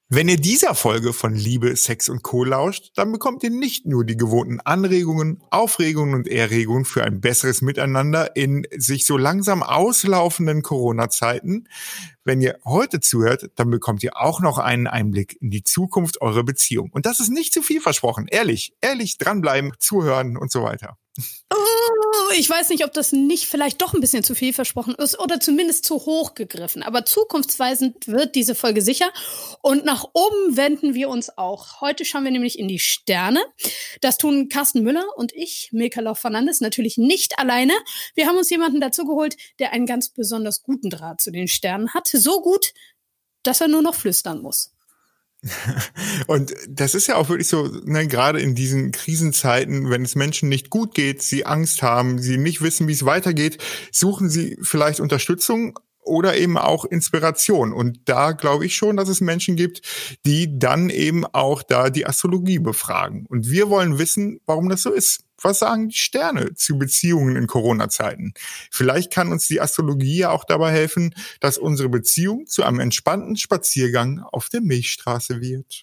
Wenn ihr dieser Folge von Liebe, Sex und Co. lauscht, dann bekommt ihr nicht nur die gewohnten Anregungen, Aufregungen und Erregungen für ein besseres Miteinander in sich so langsam auslaufenden Corona-Zeiten. Wenn ihr heute zuhört, dann bekommt ihr auch noch einen Einblick in die Zukunft eurer Beziehung. Und das ist nicht zu viel versprochen. Ehrlich dranbleiben, zuhören und so weiter. Oh, ich weiß nicht, ob das nicht vielleicht doch ein bisschen zu viel versprochen ist oder zumindest zu hoch gegriffen. Aber zukunftsweisend wird diese Folge sicher. Und nach oben wenden wir uns auch. Heute schauen wir nämlich in die Sterne. Das tun Carsten Müller und ich, Milka Lauch-Fernandes, natürlich nicht alleine. Wir haben uns jemanden dazu geholt, der einen ganz besonders guten Draht zu den Sternen hat. So gut, dass er nur noch flüstern muss. Und das ist ja auch wirklich so, ne, gerade in diesen Krisenzeiten, wenn es Menschen nicht gut geht, sie Angst haben, sie nicht wissen, wie es weitergeht, suchen sie vielleicht Unterstützung oder eben auch Inspiration. Und da glaube ich schon, dass es Menschen gibt, die dann eben auch da die Astrologie befragen. Und wir wollen wissen, warum das so ist. Was sagen die Sterne zu Beziehungen in Corona-Zeiten? Vielleicht kann uns die Astrologie ja auch dabei helfen, dass unsere Beziehung zu einem entspannten Spaziergang auf der Milchstraße wird.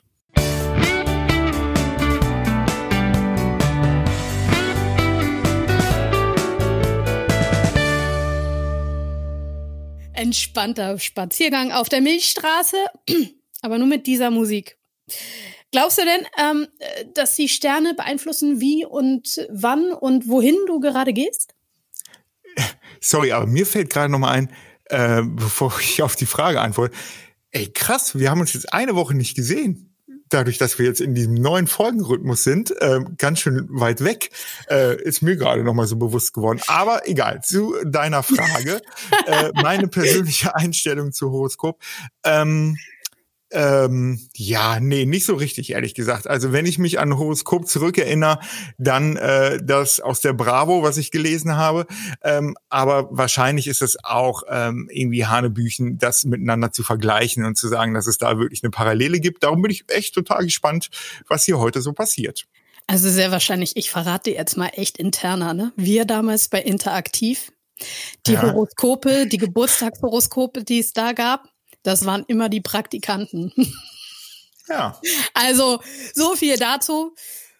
Entspannter Spaziergang auf der Milchstraße, aber nur mit dieser Musik. Glaubst du denn, dass die Sterne beeinflussen, wie und wann und wohin du gerade gehst? Sorry, aber mir fällt gerade noch mal ein, bevor ich auf die Frage antworte. Ey, krass, wir haben uns jetzt eine Woche nicht gesehen. Dadurch, dass wir jetzt in diesem neuen Folgenrhythmus sind, ganz schön weit weg, ist mir gerade noch mal so bewusst geworden. Aber egal, zu deiner Frage, meine persönliche Einstellung zu Horoskop. Nicht so richtig, ehrlich gesagt. Also wenn ich mich an Horoskop zurückerinnere, dann das aus der Bravo, was ich gelesen habe. Aber wahrscheinlich ist es auch irgendwie Hanebüchen, das miteinander zu vergleichen und zu sagen, dass es da wirklich eine Parallele gibt. Darum bin ich echt total gespannt, was hier heute so passiert. Also sehr wahrscheinlich, ich verrate dir jetzt mal echt interner, ne? Wir damals bei Interaktiv, die Horoskope, die Geburtstagshoroskope, die es da gab, das waren immer die Praktikanten. Ja. Also, so viel dazu.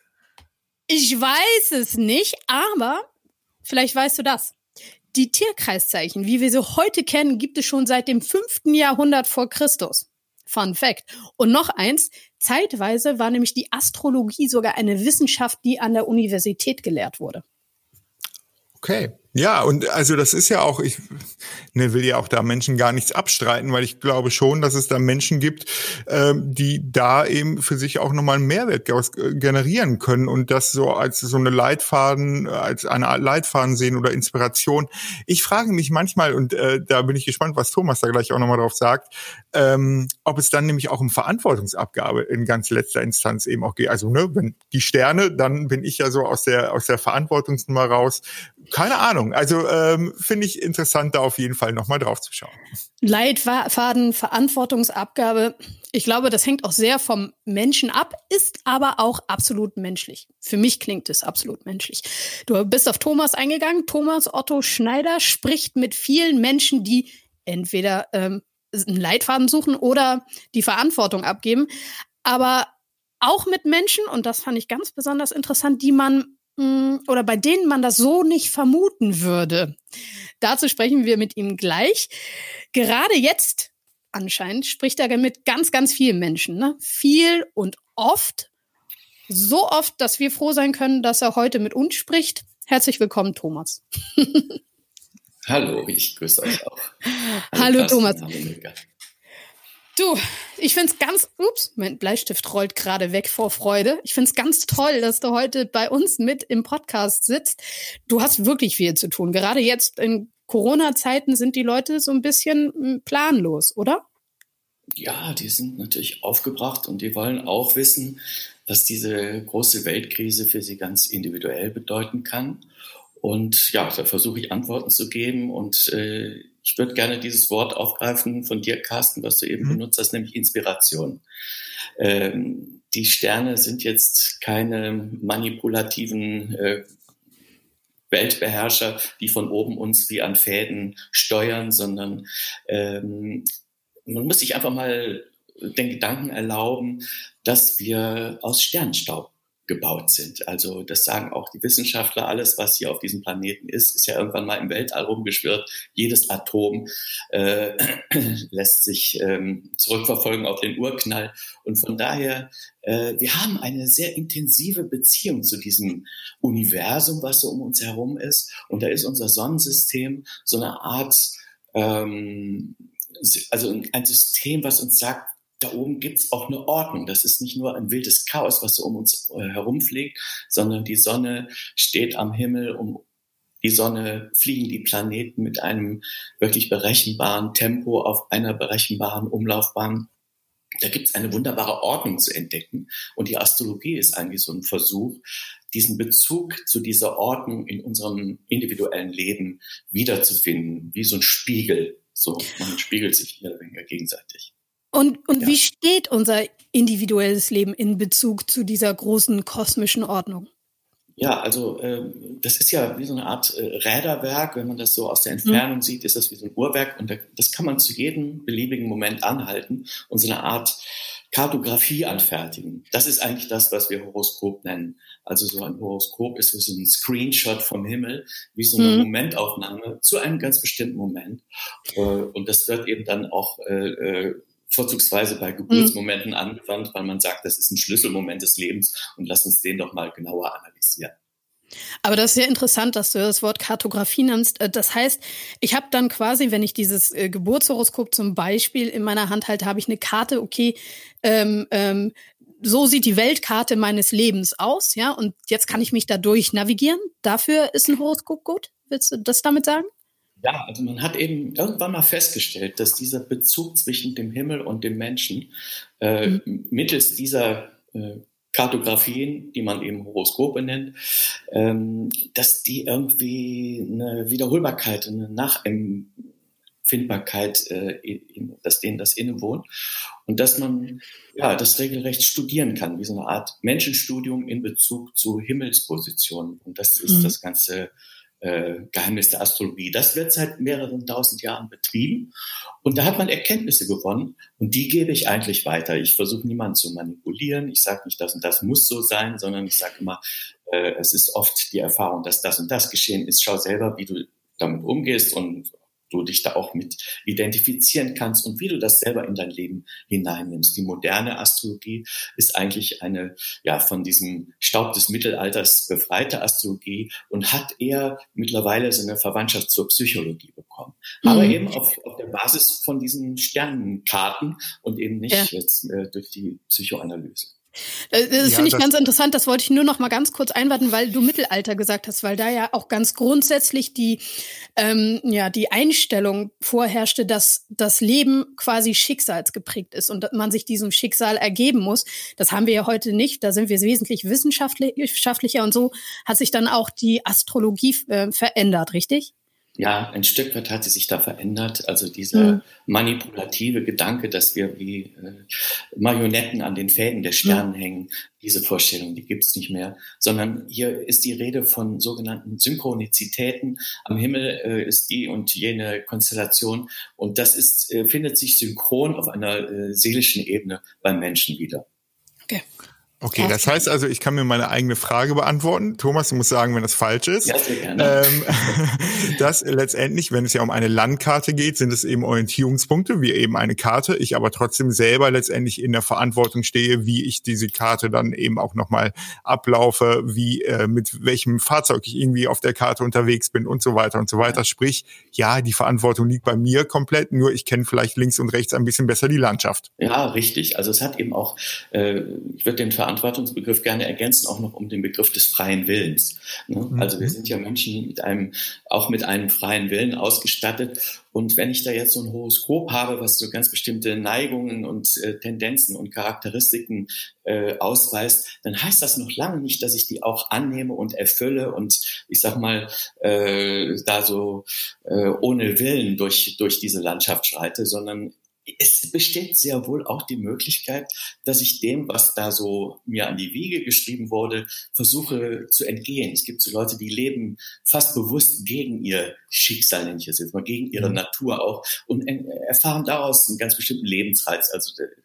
Ich weiß es nicht, aber vielleicht weißt du das. Die Tierkreiszeichen, wie wir sie heute kennen, gibt es schon seit dem 5. Jahrhundert vor Christus. Fun Fact. Und noch eins, zeitweise war nämlich die Astrologie sogar eine Wissenschaft, die an der Universität gelehrt wurde. Okay. Ja, und also das ist ja auch, ich will ja auch da Menschen gar nichts abstreiten, weil ich glaube schon, dass es da Menschen gibt, die da eben für sich auch nochmal einen Mehrwert generieren können und das so als so eine als eine Art Leitfaden sehen oder Inspiration. Ich frage mich manchmal, und da bin ich gespannt, was Thomas da gleich auch nochmal drauf sagt, ob es dann nämlich auch um Verantwortungsabgabe in ganz letzter Instanz eben auch geht. Also wenn die Sterne, dann bin ich ja so aus der Verantwortungsnummer raus. Keine Ahnung. Also finde ich interessant, da auf jeden Fall nochmal drauf zu schauen. Leitfaden, Verantwortungsabgabe. Ich glaube, das hängt auch sehr vom Menschen ab, ist aber auch absolut menschlich. Für mich klingt es absolut menschlich. Du bist auf Thomas eingegangen. Thomas Otto Schneider spricht mit vielen Menschen, die entweder einen Leitfaden suchen oder die Verantwortung abgeben. Aber auch mit Menschen, und das fand ich ganz besonders interessant, die man oder bei denen man das so nicht vermuten würde. Dazu sprechen wir mit ihm gleich. Gerade jetzt anscheinend spricht er mit ganz, ganz vielen Menschen. Ne? Viel und oft. So oft, dass wir froh sein können, dass er heute mit uns spricht. Herzlich willkommen, Thomas. Hallo, ich grüße euch auch. Hallo Carsten, Thomas. hallo Milka. Du, ich find's mein Bleistift rollt gerade weg vor Freude. Ich find's ganz toll, dass du heute bei uns mit im Podcast sitzt. Du hast wirklich viel zu tun. Gerade jetzt in Corona-Zeiten sind die Leute so ein bisschen planlos, oder? Ja, die sind natürlich aufgebracht und die wollen auch wissen, was diese große Weltkrise für sie ganz individuell bedeuten kann. Und ja, da versuche ich Antworten zu geben und ich würde gerne dieses Wort aufgreifen von dir, Carsten, was du eben benutzt hast, nämlich Inspiration. Die Sterne sind jetzt keine manipulativen Weltbeherrscher, die von oben uns wie an Fäden steuern, sondern man muss sich einfach mal den Gedanken erlauben, dass wir aus Sternenstaub gebaut sind. Also das sagen auch die Wissenschaftler, alles, was hier auf diesem Planeten ist ja irgendwann mal im Weltall rumgeschwirrt. Jedes Atom lässt sich zurückverfolgen auf den Urknall. Und von daher, wir haben eine sehr intensive Beziehung zu diesem Universum, was so um uns herum ist. Und da ist unser Sonnensystem so eine Art, also ein System, was uns sagt, da oben gibt's auch eine Ordnung. Das ist nicht nur ein wildes Chaos, was so um uns herumfliegt, sondern die Sonne steht am Himmel, um die Sonne fliegen die Planeten mit einem wirklich berechenbaren Tempo auf einer berechenbaren Umlaufbahn. Da gibt's eine wunderbare Ordnung zu entdecken. Und die Astrologie ist eigentlich so ein Versuch, diesen Bezug zu dieser Ordnung in unserem individuellen Leben wiederzufinden, wie so ein Spiegel. So, man spiegelt sich mehr oder weniger gegenseitig. Und wie steht unser individuelles Leben in Bezug zu dieser großen kosmischen Ordnung? Ja, also das ist ja wie so eine Art Räderwerk. Wenn man das so aus der Entfernung sieht, ist das wie so ein Uhrwerk. Und das kann man zu jedem beliebigen Moment anhalten und so eine Art Kartografie anfertigen. Das ist eigentlich das, was wir Horoskop nennen. Also so ein Horoskop ist so ein Screenshot vom Himmel, wie so eine Momentaufnahme zu einem ganz bestimmten Moment. Und das wird eben dann auch vorzugsweise bei Geburtsmomenten angewandt, weil man sagt, das ist ein Schlüsselmoment des Lebens und lass uns den doch mal genauer analysieren. Aber das ist ja interessant, dass du das Wort Kartografie nennst. Das heißt, ich habe dann quasi, wenn ich dieses Geburtshoroskop zum Beispiel in meiner Hand halte, habe ich eine Karte, okay, so sieht die Weltkarte meines Lebens aus, ja, und jetzt kann ich mich dadurch navigieren. Dafür ist ein Horoskop gut? Willst du das damit sagen? Ja, also man hat eben irgendwann mal festgestellt, dass dieser Bezug zwischen dem Himmel und dem Menschen mittels dieser Kartografien, die man eben Horoskope nennt, dass die irgendwie eine Wiederholbarkeit, eine Nachempfindbarkeit, dass denen das innewohnt und dass man das regelrecht studieren kann, wie so eine Art Menschenstudium in Bezug zu Himmelspositionen. Und das ist das ganze Geheimnis der Astrologie. Das wird seit mehreren tausend Jahren betrieben und da hat man Erkenntnisse gewonnen und die gebe ich eigentlich weiter. Ich versuche niemanden zu manipulieren. Ich sage nicht, das und das muss so sein, sondern ich sage immer, es ist oft die Erfahrung, dass das und das geschehen ist. Schau selber, wie du damit umgehst und du dich da auch mit identifizieren kannst und wie du das selber in dein Leben hineinnimmst. Die moderne Astrologie ist eigentlich eine, von diesem Staub des Mittelalters befreite Astrologie und hat eher mittlerweile so eine Verwandtschaft zur Psychologie bekommen. Aber eben auf der Basis von diesen Sternenkarten und eben nicht jetzt durch die Psychoanalyse. Das finde ich ganz interessant. Das wollte ich nur noch mal ganz kurz einwerfen, weil du Mittelalter gesagt hast, weil da ja auch ganz grundsätzlich die Einstellung vorherrschte, dass das Leben quasi schicksalsgeprägt ist und dass man sich diesem Schicksal ergeben muss. Das haben wir ja heute nicht. Da sind wir wesentlich wissenschaftlicher und so hat sich dann auch die Astrologie verändert, richtig? Ja, ein Stück weit hat sie sich da verändert. Also dieser manipulative Gedanke, dass wir wie Marionetten an den Fäden der Sterne hängen, diese Vorstellung, die gibt's nicht mehr. Sondern hier ist die Rede von sogenannten Synchronizitäten. Am Himmel ist die und jene Konstellation. Und das findet sich synchron auf einer seelischen Ebene beim Menschen wieder. Okay, das heißt also, ich kann mir meine eigene Frage beantworten. Thomas, du musst sagen, wenn das falsch ist. Ja, sehr gerne. Dass letztendlich, wenn es ja um eine Landkarte geht, sind es eben Orientierungspunkte, wie eben eine Karte. Ich aber trotzdem selber letztendlich in der Verantwortung stehe, wie ich diese Karte dann eben auch nochmal ablaufe, wie mit welchem Fahrzeug ich irgendwie auf der Karte unterwegs bin und so weiter und so weiter. Sprich, ja, die Verantwortung liegt bei mir komplett, nur ich kenne vielleicht links und rechts ein bisschen besser die Landschaft. Ja, richtig. Also es hat eben auch, ich würde den Verantwortungsbegriff gerne ergänzen, auch noch um den Begriff des freien Willens. Also wir sind ja Menschen mit einem freien Willen ausgestattet. Und wenn ich da jetzt so ein Horoskop habe, was so ganz bestimmte Neigungen und Tendenzen und Charakteristiken ausweist, dann heißt das noch lange nicht, dass ich die auch annehme und erfülle und ich sag mal da so ohne Willen durch diese Landschaft schreite, sondern es besteht sehr wohl auch die Möglichkeit, dass ich dem, was da so mir an die Wiege geschrieben wurde, versuche zu entgehen. Es gibt so Leute, die leben fast bewusst gegen ihr Schicksal, nenne ich es jetzt mal, gegen ihre Natur auch und erfahren daraus einen ganz bestimmten Lebensreiz. Also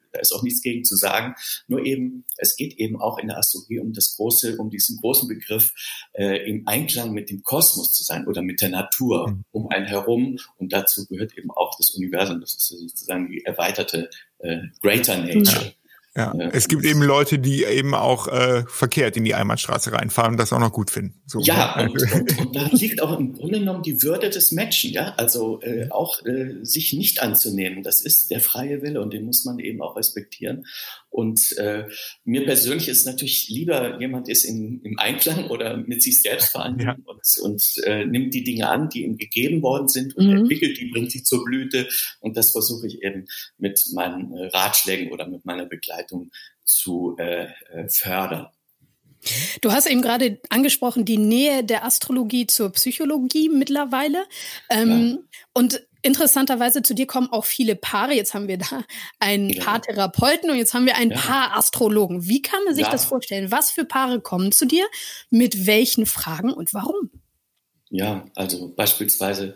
Da ist auch nichts gegen zu sagen. Nur eben, es geht eben auch in der Astrologie um diesen großen Begriff, im Einklang mit dem Kosmos zu sein oder mit der Natur um einen herum. Und dazu gehört eben auch das Universum. Das ist sozusagen die erweiterte Greater Nature. Ja, es gibt eben Leute, die eben auch verkehrt in die Einbahnstraße reinfahren und das auch noch gut finden. So, ja, und da liegt auch im Grunde genommen die Würde des Menschen, ja, also auch sich nicht anzunehmen. Das ist der freie Wille und den muss man eben auch respektieren. Und mir persönlich ist natürlich lieber, jemand ist im Einklang oder mit sich selbst verhandelt und nimmt die Dinge an, die ihm gegeben worden sind und entwickelt die, bringt sie zur Blüte. Und das versuche ich eben mit meinen Ratschlägen oder mit meiner Begleitung zu fördern. Du hast eben gerade angesprochen, die Nähe der Astrologie zur Psychologie mittlerweile. Und interessanterweise zu dir kommen auch viele Paare. Jetzt haben wir da einen Paartherapeuten und jetzt haben wir einen Paarastrologen. Wie kann man sich das vorstellen? Was für Paare kommen zu dir? Mit welchen Fragen und warum? Ja, also beispielsweise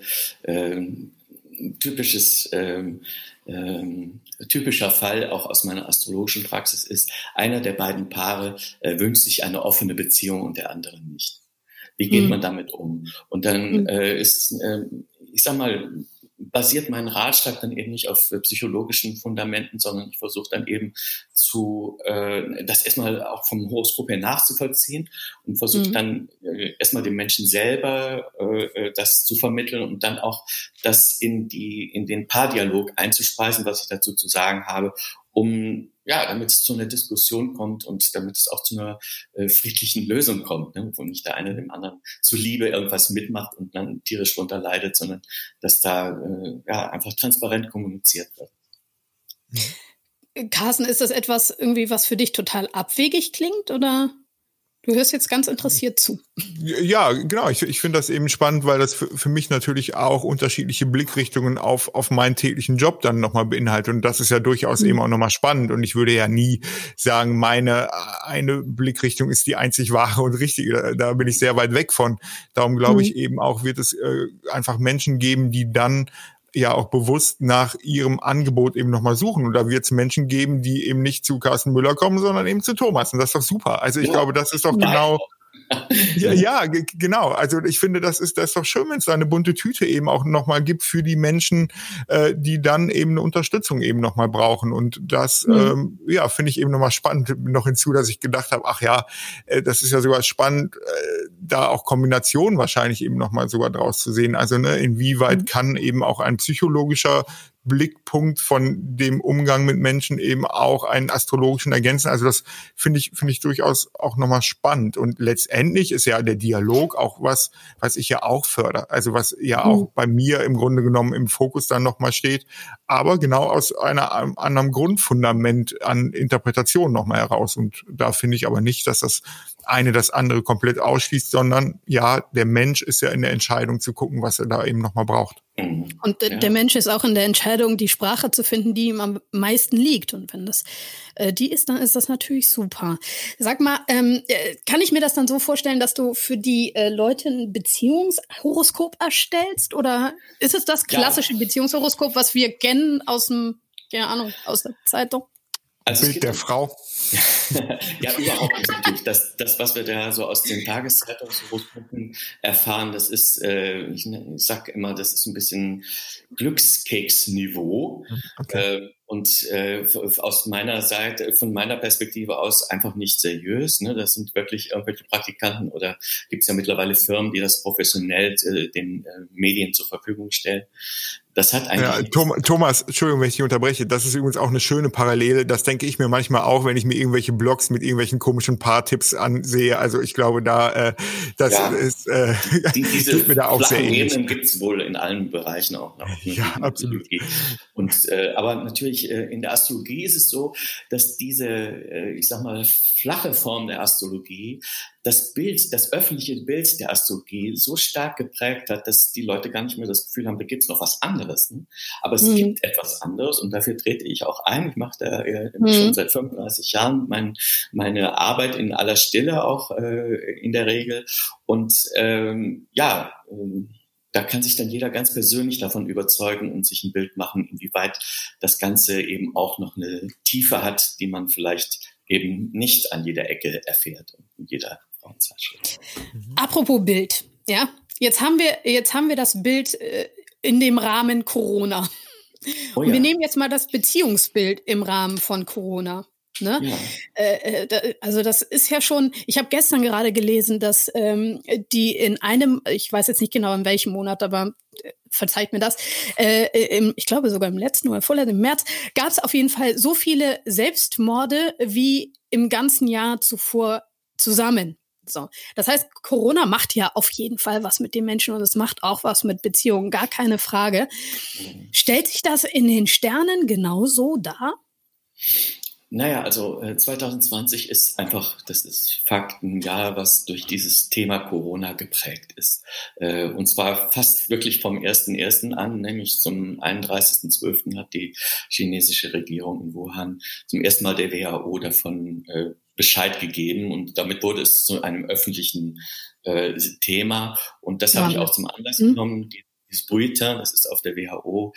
typischer Fall auch aus meiner astrologischen Praxis ist, einer der beiden Paare wünscht sich eine offene Beziehung und der andere nicht. Wie geht man damit um? Und dann basiert mein Ratschlag dann eben nicht auf psychologischen Fundamenten, sondern ich versuche dann eben das erstmal auch vom Horoskop her nachzuvollziehen und versuche dann erstmal dem Menschen selber das zu vermitteln und dann auch das in den Paardialog einzuspeisen, was ich dazu zu sagen habe, damit es zu einer Diskussion kommt und damit es auch zu einer friedlichen Lösung kommt, ne? Wo nicht der eine dem anderen zuliebe irgendwas mitmacht und dann tierisch drunter leidet, sondern dass da einfach transparent kommuniziert wird. Carsten, ist das etwas irgendwie, was für dich total abwegig klingt, oder? Du hörst jetzt ganz interessiert zu. Ja, genau. Ich finde das eben spannend, weil das für mich natürlich auch unterschiedliche Blickrichtungen auf meinen täglichen Job dann nochmal beinhaltet. Und das ist ja durchaus eben auch nochmal spannend. Und ich würde ja nie sagen, meine eine Blickrichtung ist die einzig wahre und richtige. Da bin ich sehr weit weg von. Darum glaube ich eben auch, wird es einfach Menschen geben, die dann ja auch bewusst nach ihrem Angebot eben nochmal suchen. Und da wird es Menschen geben, die eben nicht zu Carsten Müller kommen, sondern eben zu Thomas. Und das ist doch super. Also ich glaube, das ist doch genau... Genau. Also ich finde, das ist doch schön, wenn es da eine bunte Tüte eben auch nochmal gibt für die Menschen, die dann eben eine Unterstützung eben nochmal brauchen. Und das, finde ich eben nochmal spannend noch hinzu, dass ich gedacht habe, das ist ja sogar spannend, da auch Kombinationen wahrscheinlich eben nochmal sogar draus zu sehen. Also inwieweit kann eben auch ein psychologischer Blickpunkt von dem Umgang mit Menschen eben auch einen astrologischen ergänzen. Also das finde ich durchaus auch nochmal spannend. Und letztendlich ist ja der Dialog auch was ich ja auch fördere. Also was ja auch bei mir im Grunde genommen im Fokus dann nochmal steht. Aber genau aus einem anderen Grundfundament an Interpretation nochmal heraus. Und da finde ich aber nicht, dass das eine das andere komplett ausschließt, sondern der Mensch ist ja in der Entscheidung zu gucken, was er da eben nochmal braucht. Und der Mensch ist auch in der Entscheidung, die Sprache zu finden, die ihm am meisten liegt. Und wenn das die ist, dann ist das natürlich super. Sag mal, kann ich mir das dann so vorstellen, dass du für die Leute ein Beziehungshoroskop erstellst? Oder ist es das klassische Beziehungshoroskop, was wir kennen aus aus der Zeitung? Also Bild der Frau. Ja, überhaupt nicht natürlich. Das, was wir da so aus den Tageszeitungshoroskopen erfahren, das ist, ich sag immer, das ist ein bisschen Glückskeks-Niveau. Okay. Und aus meiner Seite, von meiner Perspektive aus einfach nicht seriös. Ne? Das sind wirklich irgendwelche Praktikanten oder gibt es ja mittlerweile Firmen, die das professionell den Medien zur Verfügung stellen. Das hat eigentlich... Ja, Thomas, Entschuldigung, wenn ich dich unterbreche, das ist übrigens auch eine schöne Parallele. Das denke ich mir manchmal auch, wenn ich mir irgendwelche Blogs mit irgendwelchen komischen Paartipps ansehe. Also ich glaube, ist diese mir da auch sehr ähnlich. Ebenen gibt es wohl in allen Bereichen auch noch. Ja, absolut. Und aber natürlich in der Astrologie ist es so, dass diese, ich sag mal, flache Form der Astrologie das öffentliche Bild der Astrologie so stark geprägt hat, dass die Leute gar nicht mehr das Gefühl haben, da gibt's noch was anderes. Ne? Aber es gibt etwas anderes und dafür trete ich auch ein. Ich mache da schon seit 35 Jahren meine Arbeit in aller Stille auch in der Regel. Und da kann sich dann jeder ganz persönlich davon überzeugen und sich ein Bild machen, inwieweit das Ganze eben auch noch eine Tiefe hat, die man vielleicht eben nicht an jeder Ecke erfährt und in jeder Frauenzeitschrift. Apropos Bild, ja, jetzt haben wir das Bild in dem Rahmen Corona. Oh ja. Und wir nehmen jetzt mal das Beziehungsbild im Rahmen von Corona. Ne? Ja. Also das ist ja schon, ich habe gestern gerade gelesen, dass die in einem, ich weiß jetzt nicht genau in welchem Monat, aber verzeiht mir das, ich glaube sogar im letzten oder vorletzten, im März, gab es auf jeden Fall so viele Selbstmorde wie im ganzen Jahr zuvor zusammen. So. Das heißt, Corona macht ja auf jeden Fall was mit den Menschen und es macht auch was mit Beziehungen, gar keine Frage. Stellt sich das in den Sternen genauso dar? Naja, also 2020 ist einfach, das ist Fakt, ein Jahr, was durch dieses Thema Corona geprägt ist. Und zwar fast wirklich vom 1.1. an, nämlich zum 31.12. hat die chinesische Regierung in Wuhan zum ersten Mal der WHO davon Bescheid gegeben und damit wurde es zu einem öffentlichen Thema. Und das habe ich auch zum Anlass genommen, dieses Bulletin, das ist auf der WHO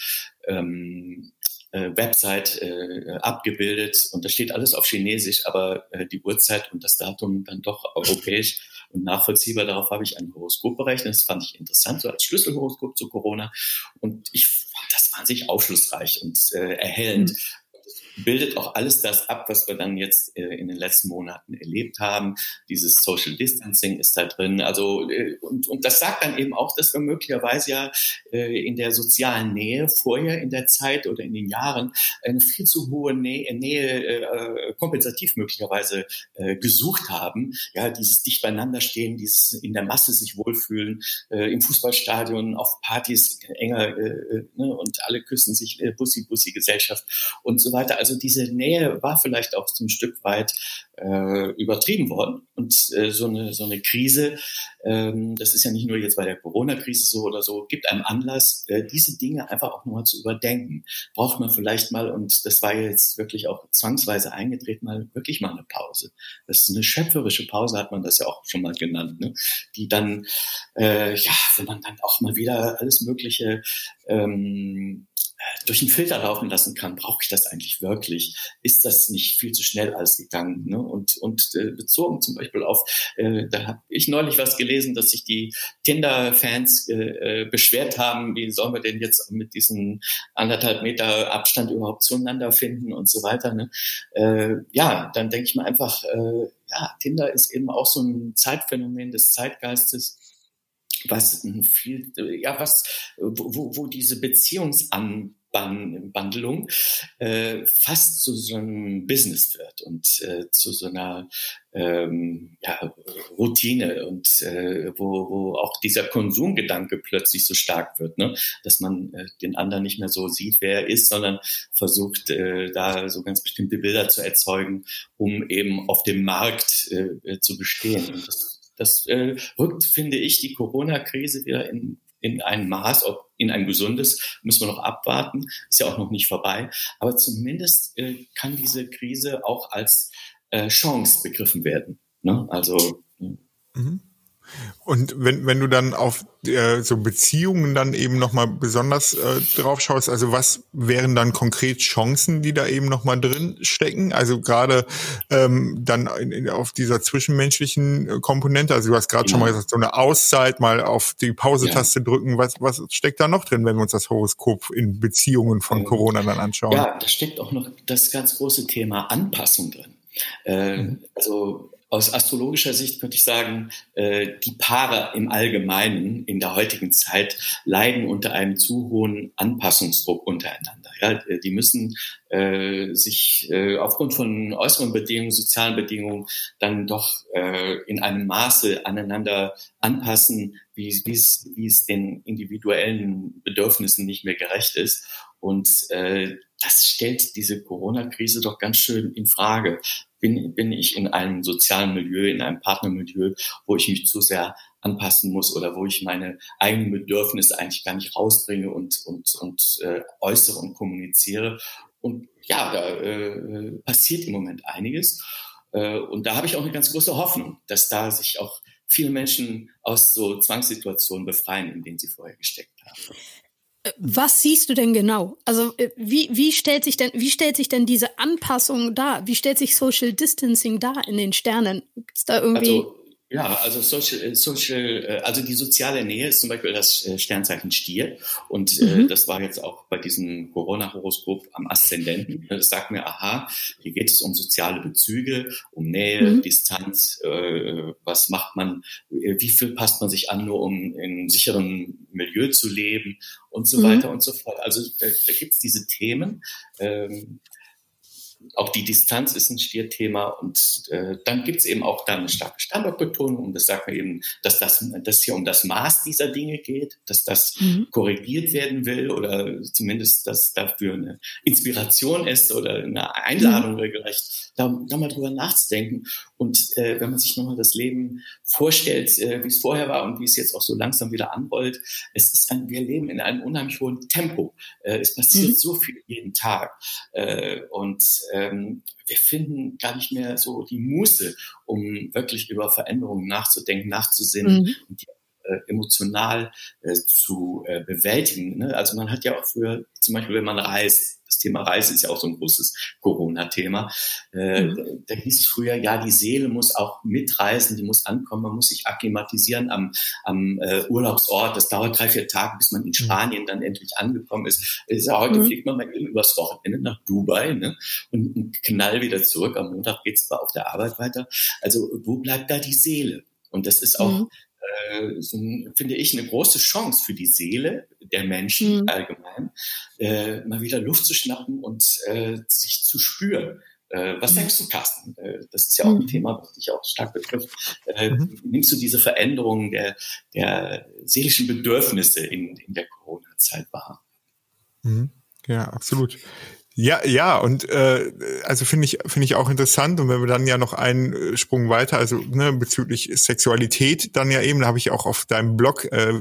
Website abgebildet und da steht alles auf Chinesisch, aber die Uhrzeit und das Datum dann doch europäisch und nachvollziehbar. Darauf habe ich ein Horoskop berechnet. Das fand ich interessant, so als Schlüsselhoroskop zu Corona. Und ich fand das wahnsinnig aufschlussreich und erhellend. Bildet auch alles das ab, was wir dann jetzt in den letzten Monaten erlebt haben. Dieses Social Distancing ist da drin. Also und das sagt dann eben auch, dass wir möglicherweise ja in der sozialen Nähe vorher in der Zeit oder in den Jahren eine viel zu hohe Nähe kompensativ möglicherweise gesucht haben. Ja, dieses dicht beieinander stehen, dieses in der Masse sich wohlfühlen, im Fußballstadion, auf Partys enger und alle küssen sich, Bussi Gesellschaft und so weiter. Also diese Nähe war vielleicht auch so ein Stück weit übertrieben worden. Und so eine Krise, das ist ja nicht nur jetzt bei der Corona-Krise so oder so, gibt einem Anlass, diese Dinge einfach auch nochmal zu überdenken. Braucht man vielleicht mal, und das war jetzt wirklich auch zwangsweise eingetreten, wirklich mal eine Pause. Das ist eine schöpferische Pause, hat man das ja auch schon mal genannt, ne? Die dann, wenn man dann auch mal wieder alles Mögliche durch den Filter laufen lassen kann, brauche ich das eigentlich wirklich? Ist das nicht viel zu schnell alles gegangen? Ne? Und bezogen zum Beispiel auf, da habe ich neulich was gelesen, dass sich die Tinder-Fans beschwert haben, wie sollen wir denn jetzt mit diesen 1,5 Meter Abstand überhaupt zueinander finden und so weiter. Ne? Dann denke ich mir einfach, Tinder ist eben auch so ein Zeitphänomen des Zeitgeistes, wo diese Beziehungsanbandlung fast zu so einem Business wird und zu so einer Routine und wo auch dieser Konsumgedanke plötzlich so stark wird, ne? Dass man den anderen nicht mehr so sieht, wer er ist, sondern versucht, da so ganz bestimmte Bilder zu erzeugen, um eben auf dem Markt zu bestehen. Und das rückt, finde ich, die Corona-Krise wieder in ein Maß, ob in ein gesundes, müssen wir noch abwarten, ist ja auch noch nicht vorbei. Aber zumindest kann diese Krise auch als Chance begriffen werden. Ne? Also Und wenn du dann auf so Beziehungen dann eben nochmal besonders drauf schaust, also was wären dann konkret Chancen, die da eben nochmal drin stecken? Also gerade dann auf dieser zwischenmenschlichen Komponente, also du hast gerade schon mal gesagt, so eine Auszeit, mal auf die Pause-Taste drücken, was steckt da noch drin, wenn wir uns das Horoskop in Beziehungen von Corona dann anschauen? Ja, da steckt auch noch das ganz große Thema Anpassung drin. Also aus astrologischer Sicht könnte ich sagen, die Paare im Allgemeinen in der heutigen Zeit leiden unter einem zu hohen Anpassungsdruck untereinander. Ja, die müssen sich aufgrund von äußeren Bedingungen, sozialen Bedingungen dann doch in einem Maße aneinander anpassen, wie es den individuellen Bedürfnissen nicht mehr gerecht ist. Und das stellt diese Corona-Krise doch ganz schön in Frage. Bin ich in einem sozialen Milieu, in einem Partnermilieu, wo ich mich zu sehr anpassen muss oder wo ich meine eigenen Bedürfnisse eigentlich gar nicht rausbringe und äußere und kommuniziere. Und ja, da passiert im Moment einiges. Und da habe ich auch eine ganz große Hoffnung, dass da sich auch viele Menschen aus so Zwangssituationen befreien, in denen sie vorher gesteckt haben. Was siehst du denn genau? Also wie stellt sich denn diese Anpassung dar? Wie stellt sich Social Distancing dar in den Sternen? Gibt's da irgendwie? Also also die soziale Nähe ist zum Beispiel das Sternzeichen Stier. Und das war jetzt auch bei diesem Corona-Horoskop am Aszendenten. Das sagt mir, aha, hier geht es um soziale Bezüge, um Nähe, Distanz, was macht man, wie viel passt man sich an, nur um in einem sicheren Milieu zu leben und so weiter und so fort. Also da gibt's diese Themen. Auch die Distanz ist ein Stierthema und dann gibt's eben auch dann eine starke Standortbetonung und das sagt mir eben, dass das hier um das Maß dieser Dinge geht, dass das korrigiert werden will oder zumindest, dass dafür eine Inspiration ist oder eine Einladung regelrecht, da mal drüber nachzudenken und wenn man sich nochmal das Leben vorstellt, wie es vorher war und wie es jetzt auch so langsam wieder anrollt, wir leben in einem unheimlich hohen Tempo. Es passiert so viel jeden Tag und wir finden gar nicht mehr so die Muße, um wirklich über Veränderungen nachzudenken, nachzusinnen und die emotional zu bewältigen. Ne? Also man hat ja auch früher, zum Beispiel wenn man reist, das Thema Reise ist ja auch so ein großes Corona-Thema, da hieß es früher, ja, die Seele muss auch mitreisen, die muss ankommen, man muss sich akklimatisieren am Urlaubsort, das dauert 3-4 Tage, bis man in Spanien dann endlich angekommen ist. Heute fliegt man mal eben übers Wochenende nach Dubai, ne? Und knall wieder zurück, am Montag geht's zwar auf der Arbeit weiter, also wo bleibt da die Seele? Und das ist auch finde ich, eine große Chance für die Seele der Menschen allgemein, mal wieder Luft zu schnappen und sich zu spüren. Was denkst du, Carsten? Das ist ja auch ein Thema, was dich auch stark betrifft. Nimmst du diese Veränderung der seelischen Bedürfnisse in der Corona-Zeit wahr? Ja, absolut. Ja, und also finde ich auch interessant. Und wenn wir dann ja noch einen Sprung weiter, also bezüglich Sexualität, dann ja eben, da habe ich auch auf deinem Blog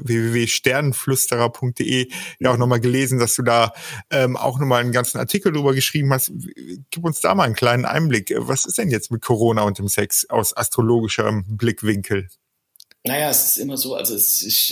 www.sternenflüsterer.de ja auch nochmal gelesen, dass du da auch nochmal einen ganzen Artikel drüber geschrieben hast. Gib uns da mal einen kleinen Einblick. Was ist denn jetzt mit Corona und dem Sex aus astrologischem Blickwinkel? Naja, es ist immer so, also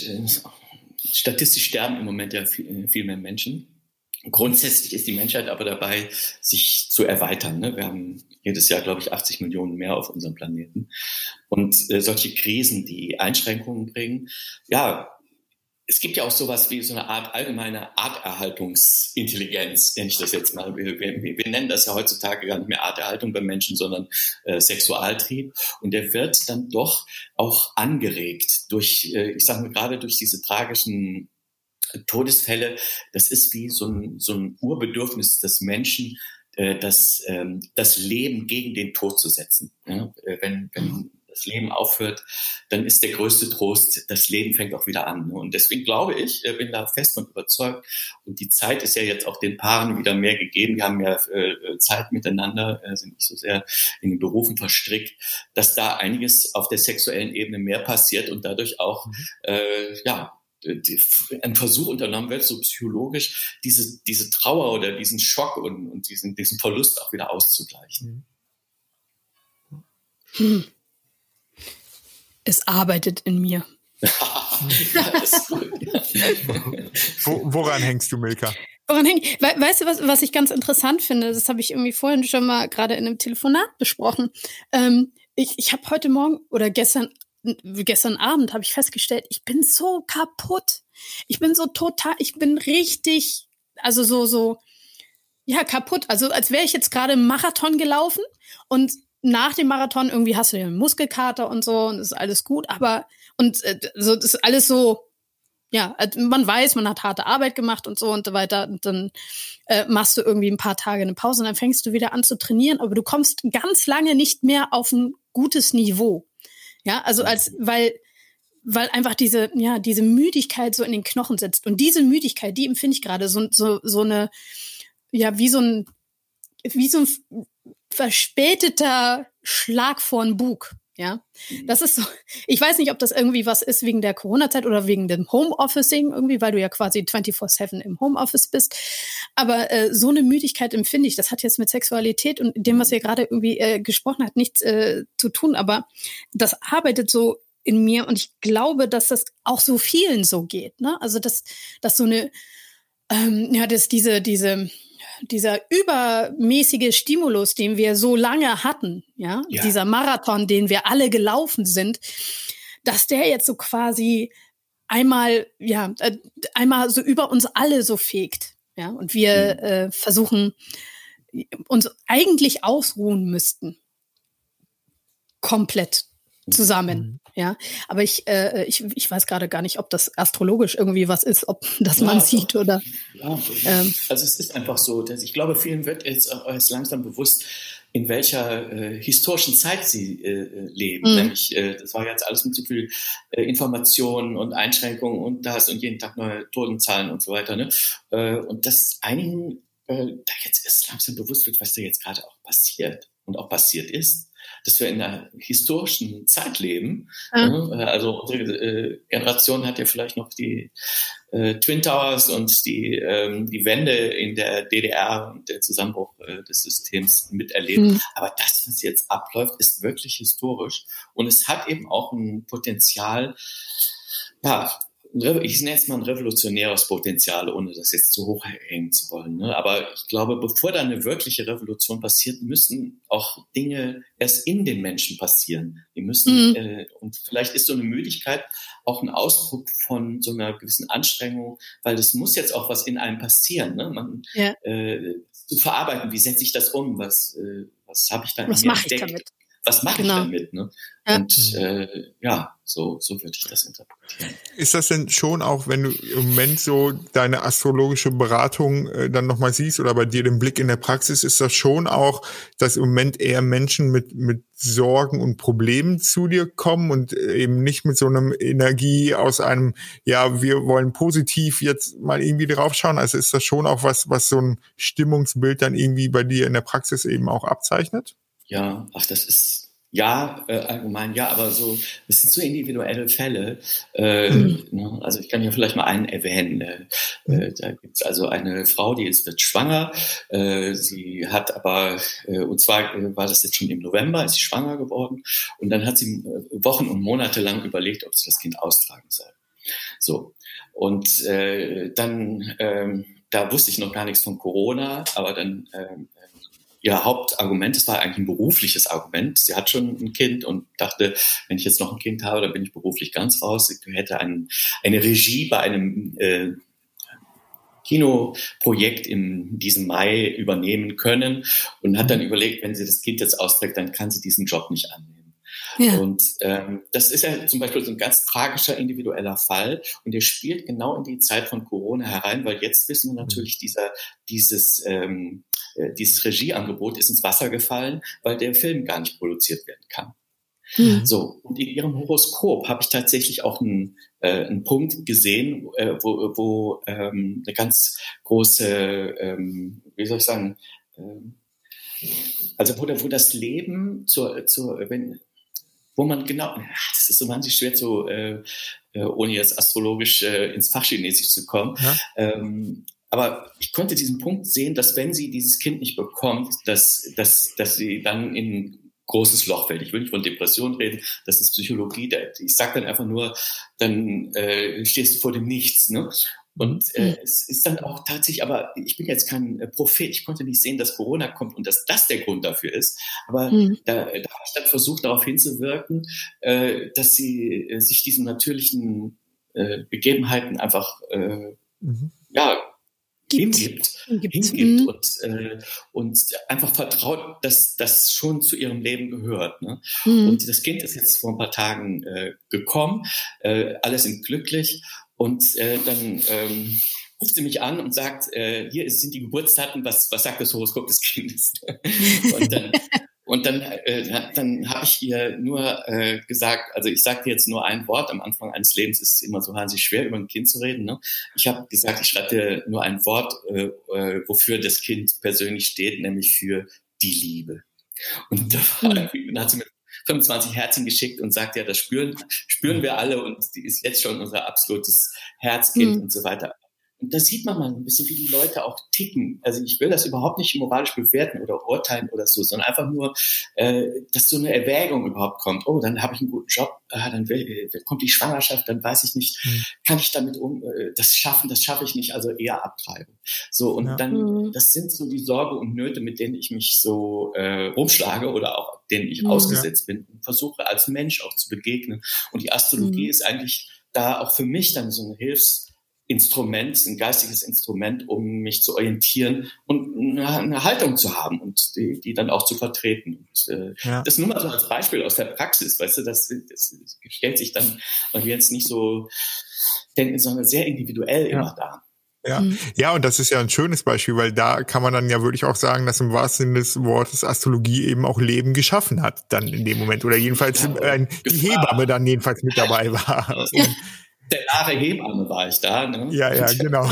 statistisch sterben im Moment ja viel mehr Menschen. Grundsätzlich ist die Menschheit aber dabei, sich zu erweitern. Ne? Wir haben jedes Jahr, glaube ich, 80 Millionen mehr auf unserem Planeten. Und solche Krisen, die Einschränkungen bringen, ja, es gibt ja auch sowas wie so eine Art allgemeine Arterhaltungsintelligenz, nenne ich das jetzt mal. Wir nennen das ja heutzutage gar nicht mehr Arterhaltung beim Menschen, sondern Sexualtrieb. Und der wird dann doch auch angeregt durch, ich sage mal gerade durch diese tragischen Todesfälle. Das ist wie so ein Urbedürfnis des Menschen, das Leben gegen den Tod zu setzen. Ja? Wenn das Leben aufhört, dann ist der größte Trost, das Leben fängt auch wieder an. Und deswegen glaube ich, bin da fest und überzeugt. Und die Zeit ist ja jetzt auch den Paaren wieder mehr gegeben. Wir haben ja Zeit miteinander, sind nicht so sehr in den Berufen verstrickt, dass da einiges auf der sexuellen Ebene mehr passiert und dadurch auch, ein Versuch unternommen wird, so psychologisch diese Trauer oder diesen Schock und diesen Verlust auch wieder auszugleichen. Es arbeitet in mir. Ja, das ist gut. Woran hängst du, Milka? Weißt du, was ich ganz interessant finde? Das habe ich irgendwie vorhin schon mal gerade in einem Telefonat besprochen. Ich habe heute Morgen oder gestern Abend habe ich festgestellt, ich bin so kaputt. Ich bin richtig, also so, ja, kaputt. Also als wäre ich jetzt gerade einen Marathon gelaufen und nach dem Marathon irgendwie hast du ja einen Muskelkater und so und ist alles gut, so das ist alles so, ja, man weiß, man hat harte Arbeit gemacht und so weiter und dann machst du irgendwie ein paar Tage eine Pause und dann fängst du wieder an zu trainieren, aber du kommst ganz lange nicht mehr auf ein gutes Niveau. Ja, also weil einfach diese Müdigkeit so in den Knochen sitzt. Und diese Müdigkeit, die empfinde ich gerade so eine, ja, wie so ein verspäteter Schlag vor den Bug. Ja, das ist so. Ich weiß nicht, ob das irgendwie was ist wegen der Corona-Zeit oder wegen dem Homeofficing irgendwie, weil du ja quasi 24/7 im Homeoffice bist. Aber so eine Müdigkeit empfinde ich. Das hat jetzt mit Sexualität und dem, was ihr gerade irgendwie gesprochen habt, nichts zu tun. Aber das arbeitet so in mir und ich glaube, dass das auch so vielen so geht. Ne? Also dass so eine, dass dieser übermäßige Stimulus, den wir so lange hatten, dieser Marathon, den wir alle gelaufen sind, dass der jetzt so quasi einmal so über uns alle so fegt, ja, und wir versuchen, uns eigentlich ausruhen müssten, komplett zusammen, ja. Aber ich weiß gerade gar nicht, ob das astrologisch irgendwie was ist, ob das man sieht oder. Ja, also es ist einfach so, dass ich glaube, vielen wird jetzt langsam bewusst, in welcher historischen Zeit sie leben. Nämlich, das war jetzt alles mit so viel Informationen und Einschränkungen und das und jeden Tag neue Todenzahlen und so weiter. Ne? Und dass einigen da jetzt erst langsam bewusst wird, was da jetzt gerade auch passiert und auch passiert ist. Dass wir in einer historischen Zeit leben. Also unsere Generation hat ja vielleicht noch die Twin Towers und die Wende in der DDR und der Zusammenbruch des Systems miterlebt. Aber das, was jetzt abläuft, ist wirklich historisch. Und es hat eben auch ein Potenzial, ich nenne es mal ein revolutionäres Potenzial, ohne das jetzt zu hoch hängen zu wollen. Ne? Aber ich glaube, bevor da eine wirkliche Revolution passiert, müssen auch Dinge erst in den Menschen passieren. Die müssen, und vielleicht ist so eine Müdigkeit auch ein Ausdruck von so einer gewissen Anstrengung, weil das muss jetzt auch was in einem passieren. Ne? Zu verarbeiten, wie setze ich das um? Was habe ich da was mache ich damit? Was mache ich damit? Ne? Ja. Und so würde ich das interpretieren. Ist das denn schon auch, wenn du im Moment so deine astrologische Beratung dann nochmal siehst oder bei dir den Blick in der Praxis, ist das schon auch, dass im Moment eher Menschen mit Sorgen und Problemen zu dir kommen und eben nicht mit so einer Energie aus einem, wir wollen positiv jetzt mal irgendwie draufschauen? Also ist das schon auch was so ein Stimmungsbild dann irgendwie bei dir in der Praxis eben auch abzeichnet? Ja, das ist allgemein, aber es sind so individuelle Fälle. Ne? Also ich kann hier vielleicht mal einen erwähnen. Da gibt's also eine Frau, die wird schwanger. Sie hat aber, und zwar war das jetzt schon im November, ist sie schwanger geworden. Und dann hat sie Wochen und Monate lang überlegt, ob sie das Kind austragen soll. So. Und dann, da wusste ich noch gar nichts von Corona, aber dann ihr Hauptargument, es war eigentlich ein berufliches Argument. Sie hat schon ein Kind und dachte, wenn ich jetzt noch ein Kind habe, dann bin ich beruflich ganz raus. Sie hätte eine Regie bei einem Kinoprojekt in diesem Mai übernehmen können und hat dann überlegt, wenn sie das Kind jetzt austrägt, dann kann sie diesen Job nicht annehmen. Ja. Und das ist ja zum Beispiel so ein ganz tragischer individueller Fall und der spielt genau in die Zeit von Corona herein, weil jetzt wissen wir natürlich, dieses Regieangebot ist ins Wasser gefallen, weil der Film gar nicht produziert werden kann. So, und in ihrem Horoskop habe ich tatsächlich auch einen Punkt gesehen, wo eine ganz große, also wo das Leben wo man genau, das ist so wahnsinnig schwer zu, ohne jetzt astrologisch ins Fachchinesisch zu kommen. Ja. Aber ich konnte diesen Punkt sehen, dass wenn sie dieses Kind nicht bekommt, dass sie dann in ein großes Loch fällt. Ich will nicht von Depression reden, das ist Psychologie. Ich sage dann einfach nur, dann stehst du vor dem Nichts. Ne? Und es ist dann auch tatsächlich, aber ich bin jetzt kein Prophet, ich konnte nicht sehen, dass Corona kommt und dass das der Grund dafür ist. Aber da habe ich dann versucht, darauf hinzuwirken, dass sie sich diesen natürlichen Begebenheiten einfach hingibt und einfach vertraut, dass das schon zu ihrem Leben gehört. Ne? Und das Kind ist jetzt vor ein paar Tagen gekommen, alle sind glücklich und dann ruft sie mich an und sagt, hier sind die Geburtsdaten, was sagt das Horoskop des Kindes? Und dann habe ich ihr nur gesagt, also ich sagte jetzt nur ein Wort, am Anfang eines Lebens ist es immer so wahnsinnig schwer, über ein Kind zu reden. Ne? Ich habe gesagt, ich schreibe dir nur ein Wort, wofür das Kind persönlich steht, nämlich für die Liebe. Und dann hat sie mit 25 Herzchen geschickt und sagt, ja, das spüren wir alle und die ist jetzt schon unser absolutes Herzkind und so weiter. Und da sieht man mal ein bisschen, wie die Leute auch ticken. Also ich will das überhaupt nicht moralisch bewerten oder urteilen oder so, sondern einfach nur, dass so eine Erwägung überhaupt kommt. Oh, dann habe ich einen guten Job, dann kommt die Schwangerschaft, dann weiß ich nicht, kann ich damit das schaffe ich nicht, also eher Abtreibung. So, und dann, das sind so die Sorge und Nöte, mit denen ich mich so rumschlage oder auch denen ich ausgesetzt bin und versuche als Mensch auch zu begegnen. Und die Astrologie ist eigentlich da auch für mich dann so ein Hilfsinstrument, ein geistiges Instrument, um mich zu orientieren und eine Haltung zu haben und die dann auch zu vertreten. Und, das nur mal so als Beispiel aus der Praxis, weißt du, das stellt sich dann jetzt nicht so denken, sondern sehr individuell immer da. Ja, und das ist ja ein schönes Beispiel, weil da kann man dann ja wirklich auch sagen, dass im wahrsten Sinne des Wortes Astrologie eben auch Leben geschaffen hat, dann in dem Moment. Oder jedenfalls die Hebamme dann jedenfalls mit dabei war. Der Lara Hebamme war ich da. Ne? Ja, genau.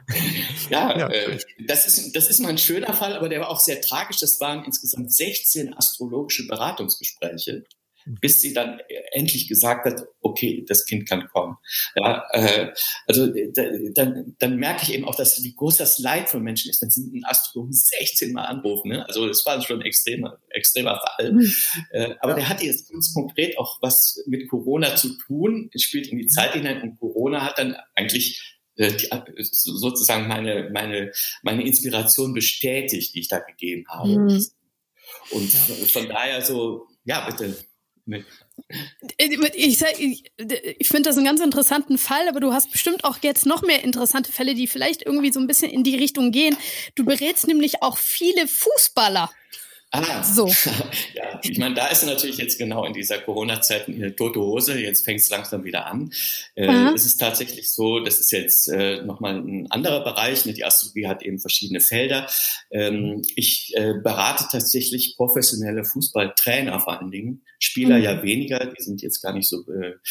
Das ist mal ein schöner Fall, aber der war auch sehr tragisch. Das waren insgesamt 16 astrologische Beratungsgespräche, bis sie dann endlich gesagt hat, okay, das Kind kann kommen. Ja, also dann merke ich eben auch, wie groß das Leid von Menschen ist, wenn sie einen Astrologen 16 Mal anrufen. Ne? Also das war schon ein extremer Fall. Aber der hat jetzt ganz konkret auch was mit Corona zu tun. Es spielt in die Zeit hinein und Corona hat dann eigentlich sozusagen meine Inspiration bestätigt, die ich da gegeben habe. Und von daher so, ja, bitte. Ich finde das einen ganz interessanten Fall, aber du hast bestimmt auch jetzt noch mehr interessante Fälle, die vielleicht irgendwie so ein bisschen in die Richtung gehen. Du berätst nämlich auch viele Fußballer. So. Ja, ich meine, da ist natürlich jetzt genau in dieser Corona-Zeit eine tote Hose. Jetzt fängt es langsam wieder an. Es ist tatsächlich so, das ist jetzt nochmal ein anderer Bereich. Die Astrologie hat eben verschiedene Felder. Ich berate tatsächlich professionelle Fußballtrainer vor allen Dingen. Spieler ja weniger, die sind jetzt gar nicht so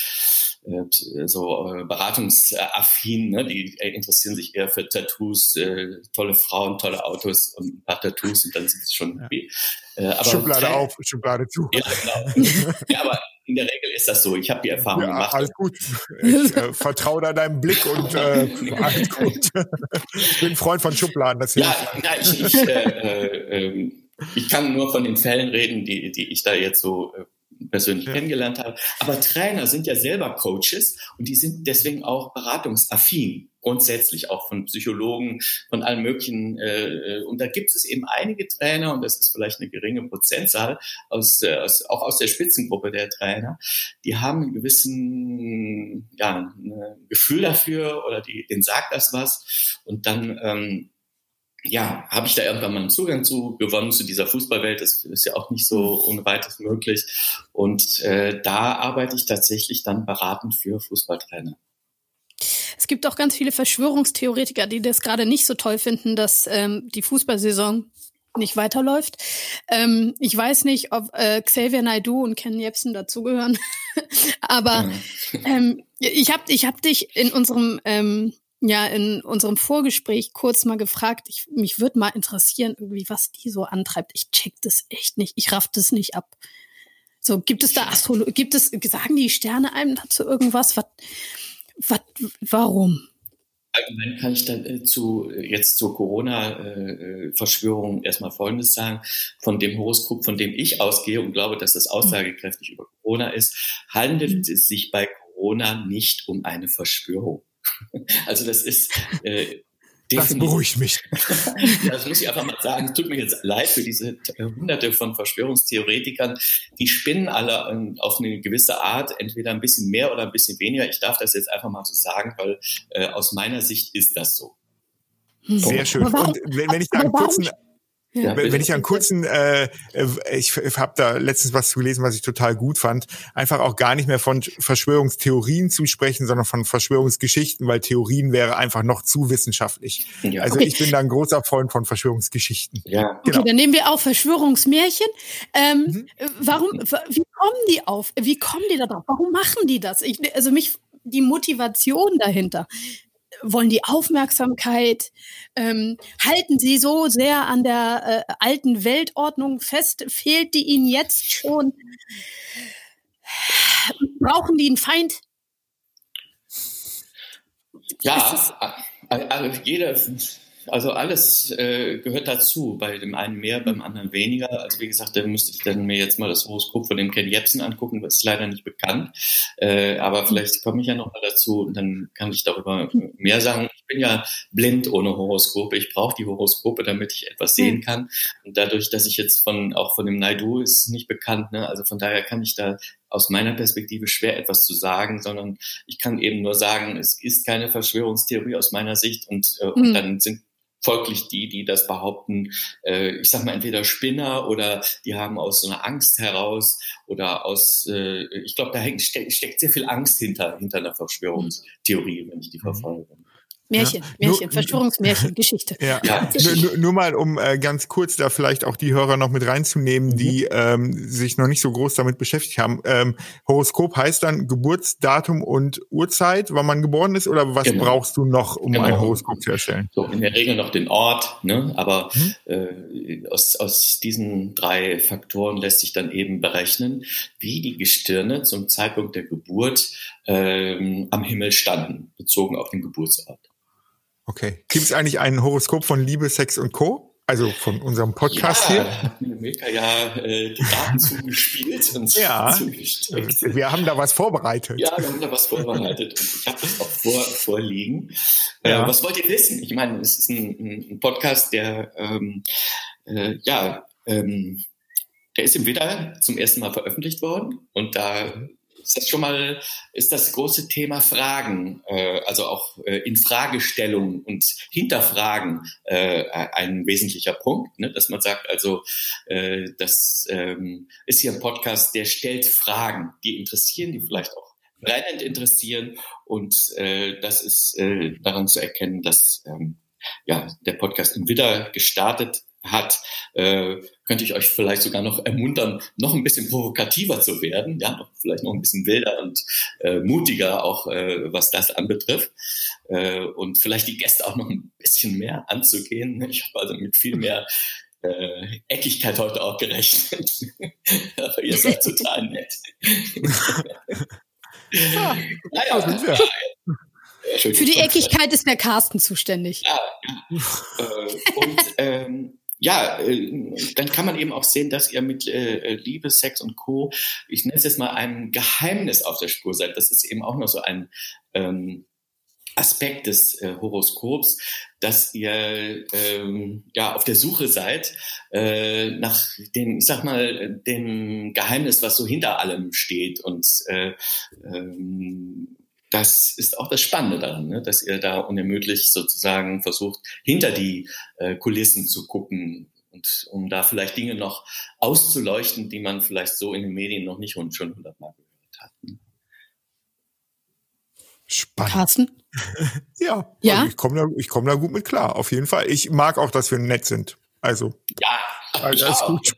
beratungsaffin, ne? Die interessieren sich eher für Tattoos, tolle Frauen, tolle Autos und ein paar Tattoos und dann sind sie schon happy. Aber Schublade auf, Schublade zu. Ja, genau. Ja, aber in der Regel ist das so. Ich habe die Erfahrung gemacht. Alles gut. Ich vertraue da deinem Blick und alles gut. Ich bin ein Freund von Schubladen. Das ich kann nur von den Fällen reden, die ich da jetzt so persönlich kennengelernt habe. Aber Trainer sind ja selber Coaches und die sind deswegen auch beratungsaffin, grundsätzlich auch von Psychologen, von allen möglichen. Und da gibt es eben einige Trainer, und das ist vielleicht eine geringe Prozentzahl, auch aus der Spitzengruppe der Trainer, die haben einen gewissen ein Gefühl dafür oder denen sagt das was. Und dann habe ich da irgendwann mal einen Zugang gewonnen zu dieser Fußballwelt. Das ist ja auch nicht so ohne weiteres möglich. Und da arbeite ich tatsächlich dann beratend für Fußballtrainer. Es gibt auch ganz viele Verschwörungstheoretiker, die das gerade nicht so toll finden, dass die Fußballsaison nicht weiterläuft. Ich weiß nicht, ob Xavier Naidoo und Ken Jebsen dazugehören, aber ich hab dich in unserem Vorgespräch kurz mal gefragt, mich würde mal interessieren, irgendwie, was die so antreibt. Ich check das echt nicht. Ich raff das nicht ab. So, gibt es da sagen die Sterne einem dazu irgendwas? Warum? Allgemein kann ich jetzt zur Corona-Verschwörung erstmal Folgendes sagen. Von dem Horoskop, von dem ich ausgehe und glaube, dass das aussagekräftig über Corona ist, handelt es sich bei Corona nicht um eine Verschwörung. Also das ist das beruhigt mich. Ja, das muss ich einfach mal sagen. Es tut mir jetzt leid für diese hunderte von Verschwörungstheoretikern. Die spinnen alle auf eine gewisse Art, entweder ein bisschen mehr oder ein bisschen weniger. Ich darf das jetzt einfach mal so sagen, weil aus meiner Sicht ist das so. Sehr schön. Und wenn ich da einen kurzen... Ja, wenn ich einen kurzen, ich habe da letztens was zu gelesen, was ich total gut fand, einfach auch gar nicht mehr von Verschwörungstheorien zu sprechen, sondern von Verschwörungsgeschichten, weil Theorien wäre einfach noch zu wissenschaftlich. Ja. Also ich bin da ein großer Freund von Verschwörungsgeschichten. Ja. Genau. Okay, dann nehmen wir auch Verschwörungsmärchen. Wie kommen die auf? Wie kommen die da drauf? Warum machen die das? Die Motivation dahinter. wollen die Aufmerksamkeit, halten sie so sehr an der alten Weltordnung fest, fehlt die ihnen jetzt schon, brauchen die einen Feind? Ja, also alles gehört dazu, bei dem einen mehr, beim anderen weniger. Also wie gesagt, da müsste ich dann mir jetzt mal das Horoskop von dem Ken Jebsen angucken, das ist leider nicht bekannt. Aber vielleicht komme ich ja noch mal dazu und dann kann ich darüber mehr sagen. Ich bin ja blind ohne Horoskope. Ich brauche die Horoskope, damit ich etwas sehen kann. Und dadurch, dass ich jetzt auch von dem Naidu ist nicht bekannt, ne? Also von daher kann ich da aus meiner Perspektive schwer etwas zu sagen, sondern ich kann eben nur sagen, es ist keine Verschwörungstheorie aus meiner Sicht und dann sind folglich die das behaupten, ich sag mal entweder Spinner oder die haben aus so einer Angst heraus oder ich glaube, da steckt sehr viel Angst hinter einer Verschwörungstheorie, wenn ich die verfolge. Märchen, Verschwörungsmärchen, Geschichte. Ja. Nur mal, um ganz kurz da vielleicht auch die Hörer noch mit reinzunehmen, die sich noch nicht so groß damit beschäftigt haben. Horoskop heißt dann Geburtsdatum und Uhrzeit, wann man geboren ist, oder was brauchst du noch, um ein Horoskop zu erstellen? So, in der Regel noch den Ort, ne? Aber aus diesen 3 Faktoren lässt sich dann eben berechnen, wie die Gestirne zum Zeitpunkt der Geburt am Himmel standen, bezogen auf den Geburtsort. Okay. Gibt es eigentlich ein Horoskop von Liebe, Sex und Co.? Also von unserem Podcast hier? Da hat mir Milka die Daten zugespielt und zugesteckt. Wir haben da was vorbereitet. Ja, wir haben da was vorbereitet und ich habe das auch vorliegen. Was wollt ihr wissen? Ich meine, es ist ein Podcast, der der ist im Widder zum ersten Mal veröffentlicht worden und da ist das große Thema Fragen, also auch Infragestellung und Hinterfragen ein wesentlicher Punkt, ne? Dass man sagt, also das ist hier ein Podcast, der stellt Fragen, die interessieren, die vielleicht auch brennend interessieren und das ist daran zu erkennen, dass der Podcast im Widder gestartet hat, könnte ich euch vielleicht sogar noch ermuntern, noch ein bisschen provokativer zu werden, vielleicht noch ein bisschen wilder und mutiger auch, was das anbetrifft und vielleicht die Gäste auch noch ein bisschen mehr anzugehen. Ich habe also mit viel mehr Eckigkeit heute auch gerechnet, aber ihr seid total nett. Für die Eckigkeit ist der Carsten zuständig. Dann kann man eben auch sehen, dass ihr mit Liebe, Sex und Co., ich nenne es jetzt mal ein Geheimnis auf der Spur seid. Das ist eben auch noch so ein Aspekt des Horoskops, dass ihr auf der Suche seid nach dem Geheimnis, was so hinter allem steht und das ist auch das Spannende daran, ne? Dass ihr da unermüdlich sozusagen versucht, hinter die Kulissen zu gucken und um da vielleicht Dinge noch auszuleuchten, die man vielleicht so in den Medien noch nicht schon 100-mal gehört hat. Ne? Spannend. Carsten? Ja? Also ich komm da gut mit klar, auf jeden Fall. Ich mag auch, dass wir nett sind. Also, alles gut.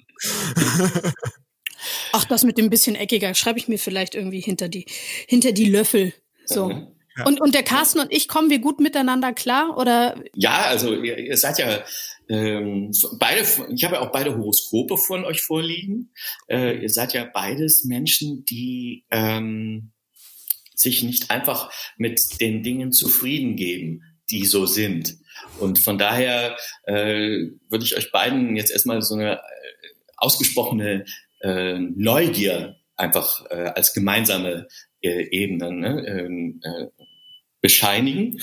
Ach, das mit dem bisschen eckiger schreibe ich mir vielleicht irgendwie hinter die Löffel. So. Ja. Und der Carsten und ich, kommen wir gut miteinander klar? Oder? Ja, also ihr seid ja beide, ich habe ja auch beide Horoskope von euch vorliegen. Ihr seid ja beides Menschen, die sich nicht einfach mit den Dingen zufrieden geben, die so sind. Und von daher würde ich euch beiden jetzt erstmal so eine ausgesprochene Neugier einfach als gemeinsame Ebene bescheinigen.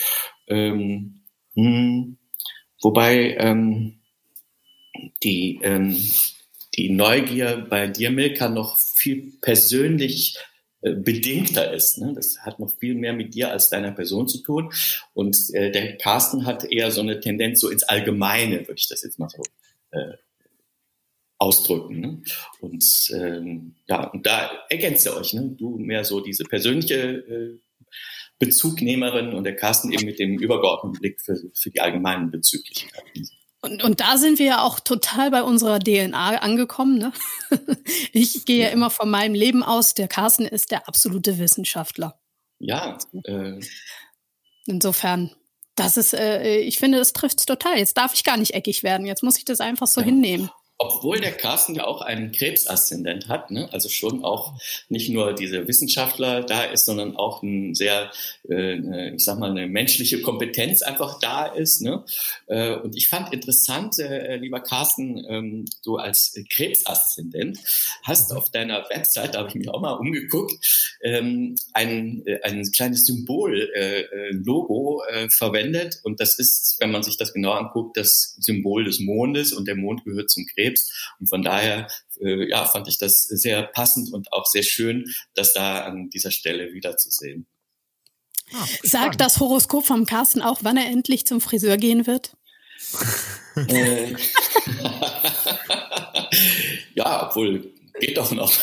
Wobei die Neugier bei dir, Milka, noch viel persönlich bedingter ist. Ne? Das hat noch viel mehr mit dir als deiner Person zu tun. Und der Carsten hat eher so eine Tendenz so ins Allgemeine, würde ich das jetzt mal so ausdrücken. Ne? Und und da ergänzt ihr euch. Ne? Du mehr so diese persönliche Bezugnehmerin und der Carsten eben mit dem übergeordneten Blick für die allgemeinen Bezüglichkeiten. Und da sind wir ja auch total bei unserer DNA angekommen. Ne? Ich gehe ja immer von meinem Leben aus. Der Carsten ist der absolute Wissenschaftler. Ja. Insofern Ich finde, das trifft's total. Jetzt darf ich gar nicht eckig werden. Jetzt muss ich das einfach so hinnehmen. Obwohl der Carsten ja auch einen Krebsaszendent hat, ne? Also schon auch nicht nur diese Wissenschaftler da ist, sondern auch ein sehr, ich sag mal, eine menschliche Kompetenz einfach da ist, ne? Und ich fand interessant, lieber Carsten, du als Krebsaszendent hast auf deiner Website, da habe ich mich auch mal umgeguckt, ein kleines Symbol, Logo verwendet, und das ist, wenn man sich das genau anguckt, das Symbol des Mondes, und der Mond gehört zum Krebs. Und von daher fand ich das sehr passend und auch sehr schön, das da an dieser Stelle wiederzusehen. Sagt das Horoskop vom Carsten auch, wann er endlich zum Friseur gehen wird? Ja, obwohl, geht doch noch.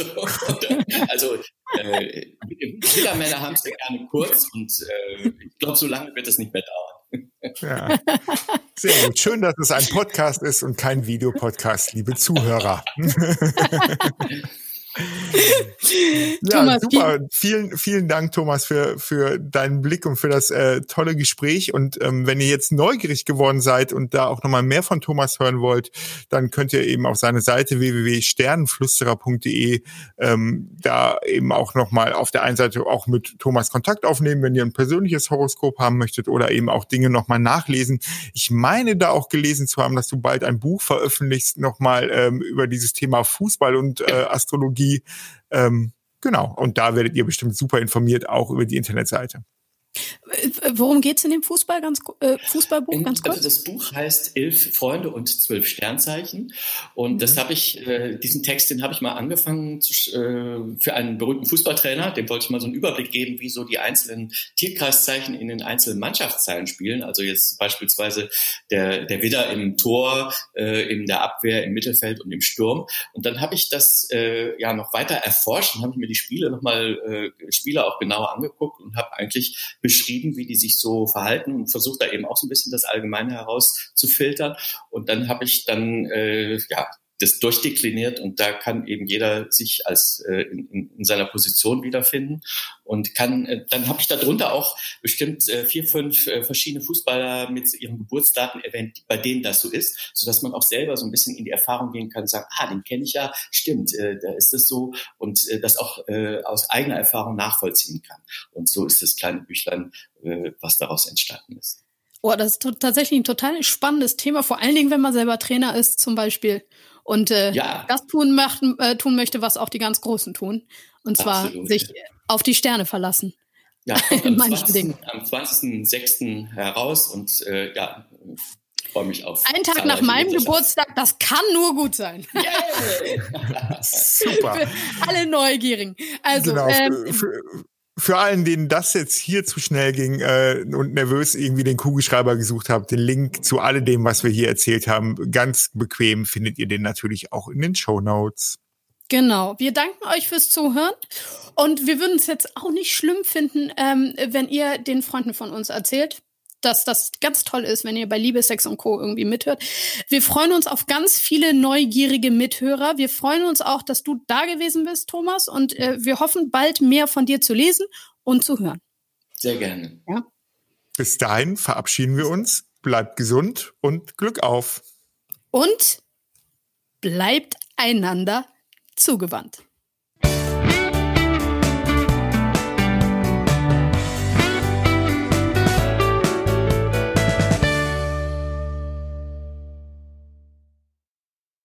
Killermänner haben es ja gerne kurz, und ich glaube, so lange wird es nicht mehr dauern. Ja. Sehr gut. Schön, dass es ein Podcast ist und kein Videopodcast, liebe Zuhörer. Ja, Thomas, super. Vielen Dank, Thomas, für deinen Blick und für das tolle Gespräch. Und wenn ihr jetzt neugierig geworden seid und da auch nochmal mehr von Thomas hören wollt, dann könnt ihr eben auf seine Seite www.sternenflüsterer.de da eben auch nochmal auf der einen Seite auch mit Thomas Kontakt aufnehmen, wenn ihr ein persönliches Horoskop haben möchtet, oder eben auch Dinge nochmal nachlesen. Ich meine da auch gelesen zu haben, dass du bald ein Buch veröffentlichst, nochmal über dieses Thema Fußball und Astrologie. Genau, und da werdet ihr bestimmt super informiert, auch über die Internetseite. Worum geht's in dem Fußballbuch ganz kurz? Also das Buch heißt 11 Freunde und 12 Sternzeichen. Und das habe ich, diesen Text, den habe ich mal angefangen für einen berühmten Fußballtrainer. Dem wollte ich mal so einen Überblick geben, wie so die einzelnen Tierkreiszeichen in den einzelnen Mannschaftsteilen spielen. Also jetzt beispielsweise der Widder im Tor, in der Abwehr, im Mittelfeld und im Sturm. Und dann habe ich das noch weiter erforscht und habe mir die Spieler auch genauer angeguckt und habe eigentlich beschrieben, wie die sich so verhalten, und versucht da eben auch so ein bisschen das Allgemeine herauszufiltern. Und dann habe ich das durchdekliniert, und da kann eben jeder sich als in seiner Position wiederfinden, und dann habe ich darunter auch bestimmt 4, 5 verschiedene Fußballer mit ihren Geburtsdaten erwähnt, bei denen das so ist, sodass man auch selber so ein bisschen in die Erfahrung gehen kann und sagen, den kenne ich ja, stimmt, da ist es so, und das auch aus eigener Erfahrung nachvollziehen kann. Und so ist das kleine Büchlein, was daraus entstanden ist. Oh, das ist tatsächlich ein total spannendes Thema, vor allen Dingen, wenn man selber Trainer ist zum Beispiel und das tun möchte, was auch die ganz Großen tun. Und zwar absolut, sich auf die Sterne verlassen. Ja, am 20.06. heraus, und freue mich auf. Einen Tag nach meinem Geburtstag, das kann nur gut sein. Yeah. Super. Für alle Neugierigen. Also, genau, für allen, denen das jetzt hier zu schnell ging und nervös irgendwie den Kugelschreiber gesucht habt, den Link zu alledem, was wir hier erzählt haben, ganz bequem findet ihr den natürlich auch in den Shownotes. Genau. Wir danken euch fürs Zuhören, und wir würden es jetzt auch nicht schlimm finden, wenn ihr den Freunden von uns erzählt, dass das ganz toll ist, wenn ihr bei Liebe, Sex und Co. irgendwie mithört. Wir freuen uns auf ganz viele neugierige Mithörer. Wir freuen uns auch, dass du da gewesen bist, Thomas, und wir hoffen, bald mehr von dir zu lesen und zu hören. Sehr gerne. Ja. Bis dahin verabschieden wir uns. Bleibt gesund und Glück auf. Und bleibt einander zugewandt.